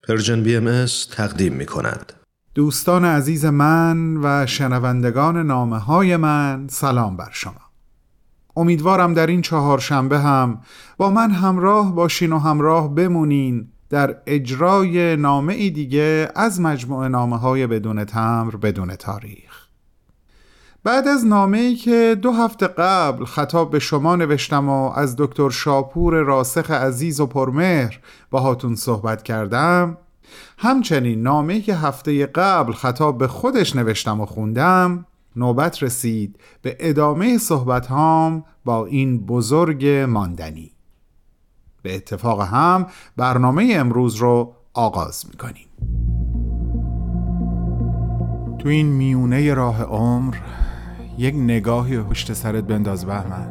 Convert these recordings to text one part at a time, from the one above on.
پرژن BMS تقدیم می کند. دوستان عزیز من و شنوندگان نامه‌های من، سلام بر شما. امیدوارم در این چهارشنبه هم با من همراه باشین و همراه بمونین در اجرای نامه‌ای دیگه از مجموعه نامه‌های بدون تمر بدون تاریخ. بعد از نامه‌ای که 2 هفته قبل خطاب به شما نوشتم و از دکتر شاپور راسخ عزیز و پرمهر باهاتون صحبت کردم، همچنین نامه‌ای که هفته قبل خطاب به خودش نوشتم و خوندم، نوبت رسید به ادامه صحبت هام با این بزرگ ماندنی. به اتفاق هم برنامه امروز رو آغاز می‌کنیم. تو این میونه راه عمر یک نگاهی پشت سرت بنداز بهمن.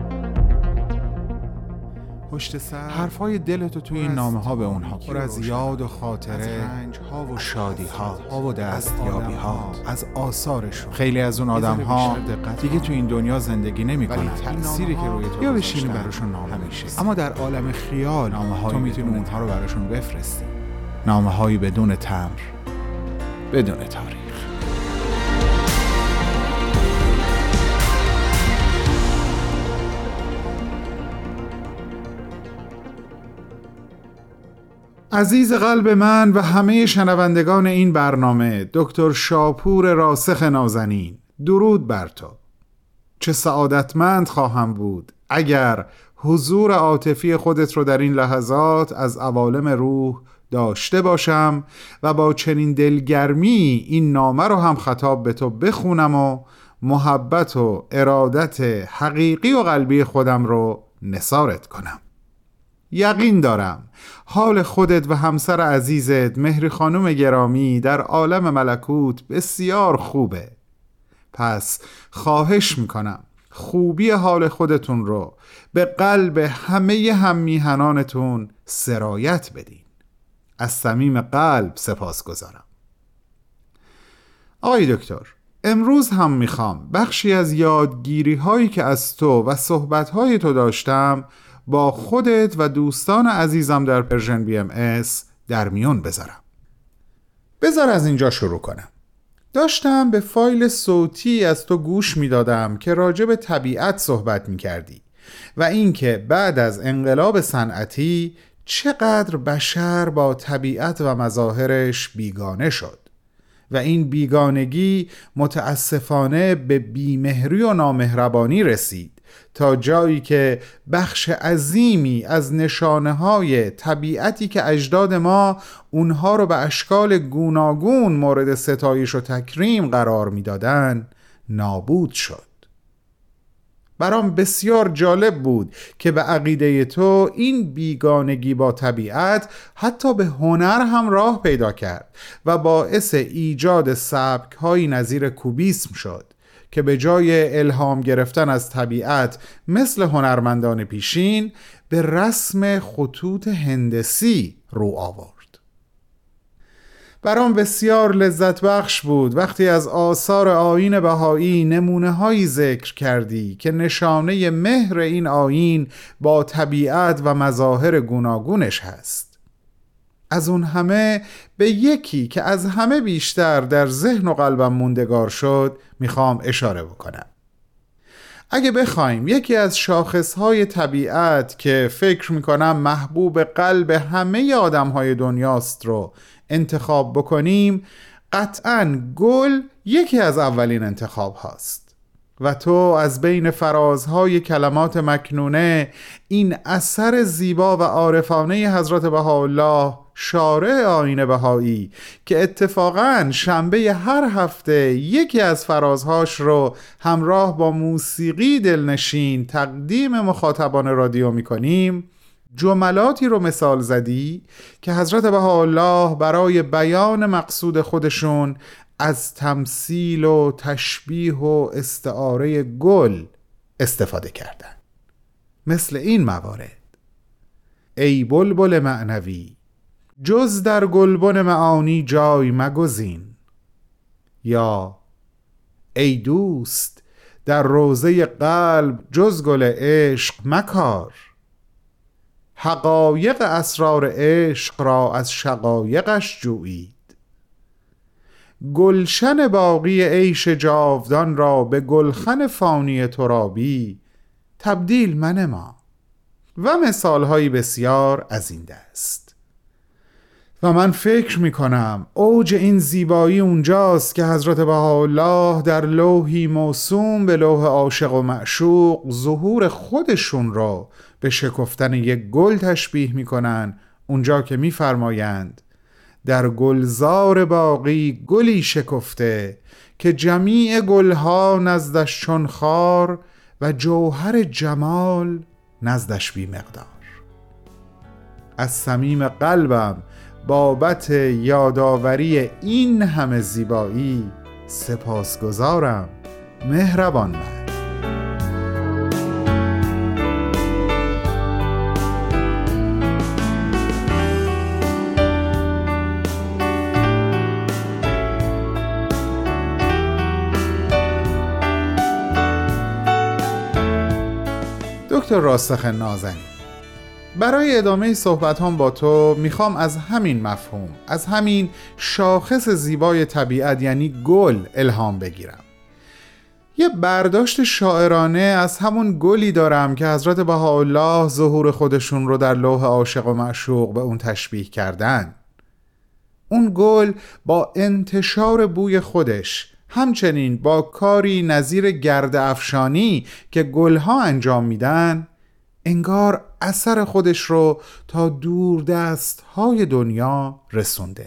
پشت سر حرفای دلتو توی این نامه ها به اونها پر از یاد و خاطره، رنج ها و شادی ها و دستیابی ها، از آثارشون. خیلی از اون آدم ها دیگه تو این دنیا زندگی نمی کنن، تأثیری که روی تو یا بشینی براشون نامه میشه، اما در عالم خیال تو میتونی اونها رو براشون بفرستی. نامه هایی بدون تمر بدون تاریخ. عزیز قلب من و همه شنوندگان این برنامه، دکتر شاپور راسخ نازنین، درود بر تو. چه سعادتمند خواهم بود اگر حضور عاطفی خودت رو در این لحظات از عوالم روح داشته باشم و با چنین دلگرمی این نامه رو هم خطاب به تو بخونم و محبت و ارادت حقیقی و قلبی خودم رو نثارت کنم. یقین دارم حال خودت و همسر عزیزت مهری خانم گرامی در عالم ملکوت بسیار خوبه. پس خواهش میکنم خوبی حال خودتون رو به قلب همه هم میهنانتون سرایت بدین. از صمیم قلب سپاس گذارم. آقای دکتر، امروز هم میخوام بخشی از یادگیری هایی که از تو و صحبت های تو داشتم با خودت و دوستان عزیزم در پرژن BMS در میون بذارم. بذار از اینجا شروع کنم. داشتم به فایل صوتی از تو گوش میدادم که راجع به طبیعت صحبت میکردی و اینکه بعد از انقلاب صنعتی چقدر بشر با طبیعت و مظاهرش بیگانه شد و این بیگانگی متاسفانه به بیمهری و نامهربانی رسید تا جایی که بخش عظیمی از نشانه‌های طبیعتی که اجداد ما اونها رو به اشکال گوناگون مورد ستایش و تکریم قرار میدادن نابود شد. برام بسیار جالب بود که به عقیده تو این بیگانگی با طبیعت حتی به هنر هم راه پیدا کرد و باعث ایجاد سبک‌های نظیر کوبیسم شد که به جای الهام گرفتن از طبیعت مثل هنرمندان پیشین به رسم خطوط هندسی رو آورد. برام بسیار لذت بخش بود وقتی از آثار آیین بهایی نمونه هایی ذکر کردی که نشانه مهر این آیین با طبیعت و مظاهر گوناگونش هست. از اون همه به یکی که از همه بیشتر در ذهن و قلبم موندگار شد میخوام اشاره بکنم. اگه بخوایم یکی از شاخصهای طبیعت که فکر میکنم محبوب قلب همه آدمهای دنیاست رو انتخاب بکنیم، قطعاً گل یکی از اولین انتخاب هاست و تو از بین فرازهای کلمات مکنونه این اثر زیبا و عارفانه حضرت بهاءالله شارع آیین بهایی که اتفاقاً شنبه هر هفته یکی از فرازهاش رو همراه با موسیقی دلنشین تقدیم مخاطبان رادیو میکنیم، جملاتی رو مثال زدی که حضرت بهاءالله برای بیان مقصود خودشون از تمثیل و تشبیه و استعاره گل استفاده کردن. مثل این موارد: ای بلبل معنوی جز در گلبن معانی جای مگزین، یا ای دوست در روضه قلب جز گل عشق مکار، حقایق اسرار عشق را از شقایقش جویید. گلشن باقی عیش جاودان را به گلخن فانی ترابی تبدیل منما. و مثالهایی بسیار از این دست. و من فکر میکنم اوج این زیبایی اونجاست که حضرت بهاءالله در لوحی موسوم به لوح عاشق و معشوق ظهور خودشون را به شکفتن یک گل تشبیه میکنن، اونجا که میفرمایند در گلزار باقی گلی شکفته که جمیع گلها نزدش چون خار و جوهر جمال نزدش بی مقدار. از صمیم قلبم بابت یادآوری این همه زیبایی سپاسگزارم. مهربان مرد. دکتر راسخ نازنین، برای ادامه صحبت هم با تو میخوام از همین مفهوم، از همین شاخص زیبای طبیعت یعنی گل الهام بگیرم. یه برداشت شاعرانه از همون گلی دارم که حضرت بهاءالله ظهور خودشون رو در لوح عاشق و معشوق به اون تشبیه کردن. اون گل با انتشار بوی خودش، همچنین با کاری نظیر گرد افشانی که گلها انجام میدن، انگار اثر خودش رو تا دور دستهای دنیا رسونده.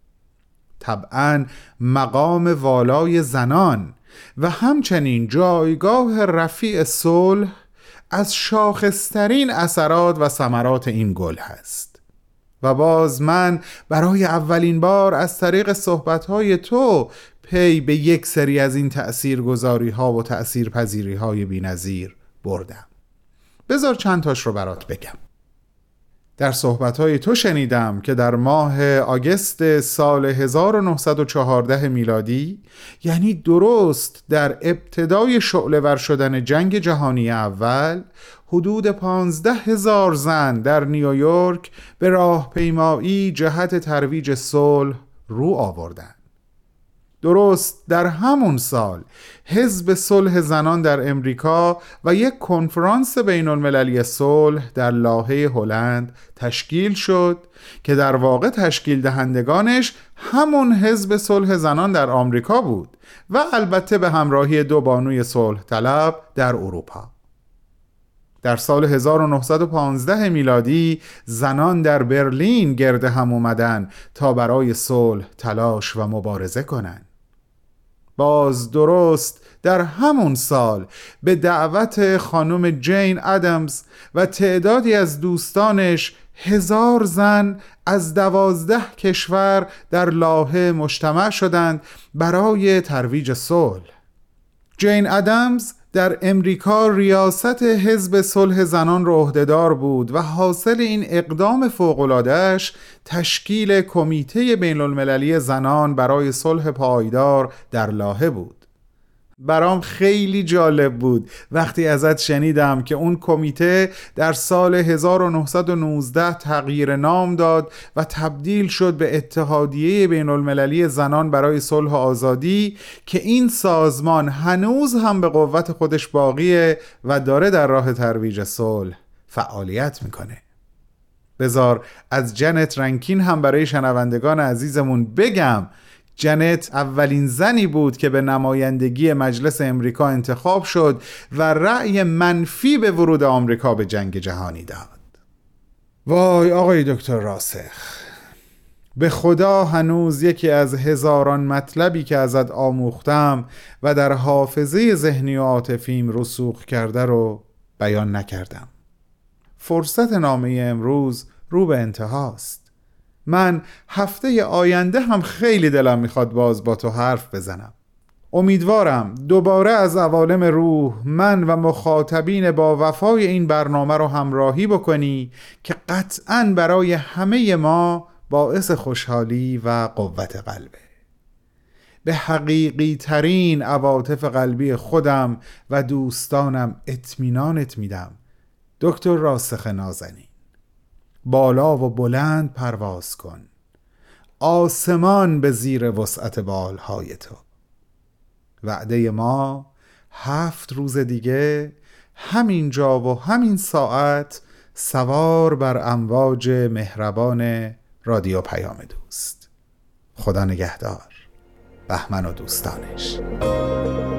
طبعاً مقام والای زنان و همچنین جایگاه رفیع صلح از شاخصترین اثرات و ثمرات این گل هست. و باز من برای اولین بار از طریق صحبتهای تو پی به یک سری از این تأثیرگذاری ها و تأثیرپذیری های بی‌نظیر بردم. بذار چند تاش رو برات بگم. در صحبتهای تو شنیدم که در ماه آگست سال 1914 میلادی، یعنی درست در ابتدای شعله‌ور شدن جنگ جهانی اول، حدود 15,000 زن در نیویورک به راهپیمایی جهت ترویج صلح رو آوردند. درست در همون سال حزب صلح زنان در امریکا و یک کنفرانس بین المللی صلح در لاهه هلند تشکیل شد که در واقع تشکیل دهندگانش همون حزب صلح زنان در آمریکا بود و البته به همراهی دو بانوی صلح طلب در اروپا. در سال 1915 میلادی زنان در برلین گرد هم اومدن تا برای صلح تلاش و مبارزه کنند. باز درست در همون سال به دعوت خانم جین ادمز و تعدادی از دوستانش 1000 زن از 12 کشور در لاهه مجتمع شدند برای ترویج صلح. جین ادمز در امریکا ریاست حزب صلح زنان را عهدهدار بود و حاصل این اقدام فوق‌العاده‌اش تشکیل کمیته بین المللی زنان برای صلح پایدار در لاهه بود. برام خیلی جالب بود وقتی ازت شنیدم که اون کمیته در سال 1919 تغییر نام داد و تبدیل شد به اتحادیه بین المللی زنان برای صلح و آزادی که این سازمان هنوز هم به قوت خودش باقیه و داره در راه ترویج صلح فعالیت میکنه. بذار از جنت رنکین هم برای شنوندگان عزیزمون بگم. جنت اولین زنی بود که به نمایندگی مجلس امریکا انتخاب شد و رأی منفی به ورود آمریکا به جنگ جهانی داد. وای آقای دکتر راسخ، به خدا هنوز یکی از هزاران مطلبی که ازت آموختم و در حافظه ذهنی و عاطفیم رسوخ کرده رو بیان نکردم. فرصت نامه امروز رو به انتهاست. من هفته آینده هم خیلی دلم میخواد باز با تو حرف بزنم. امیدوارم دوباره از عوالم روح من و مخاطبین با وفای این برنامه رو همراهی بکنی که قطعاً برای همه ما باعث خوشحالی و قوت قلبه. به حقیقی ترین عواطف قلبی خودم و دوستانم اطمینانت میدم. دکتر راسخ نازنین. بالا و بلند پرواز کن، آسمان به زیر وسعت بالهای تو. وعده ما 7 روز دیگه همین جا و همین ساعت سوار بر امواج مهربان رادیو پیام دوست. خدا نگهدار. بهمن و دوستانش.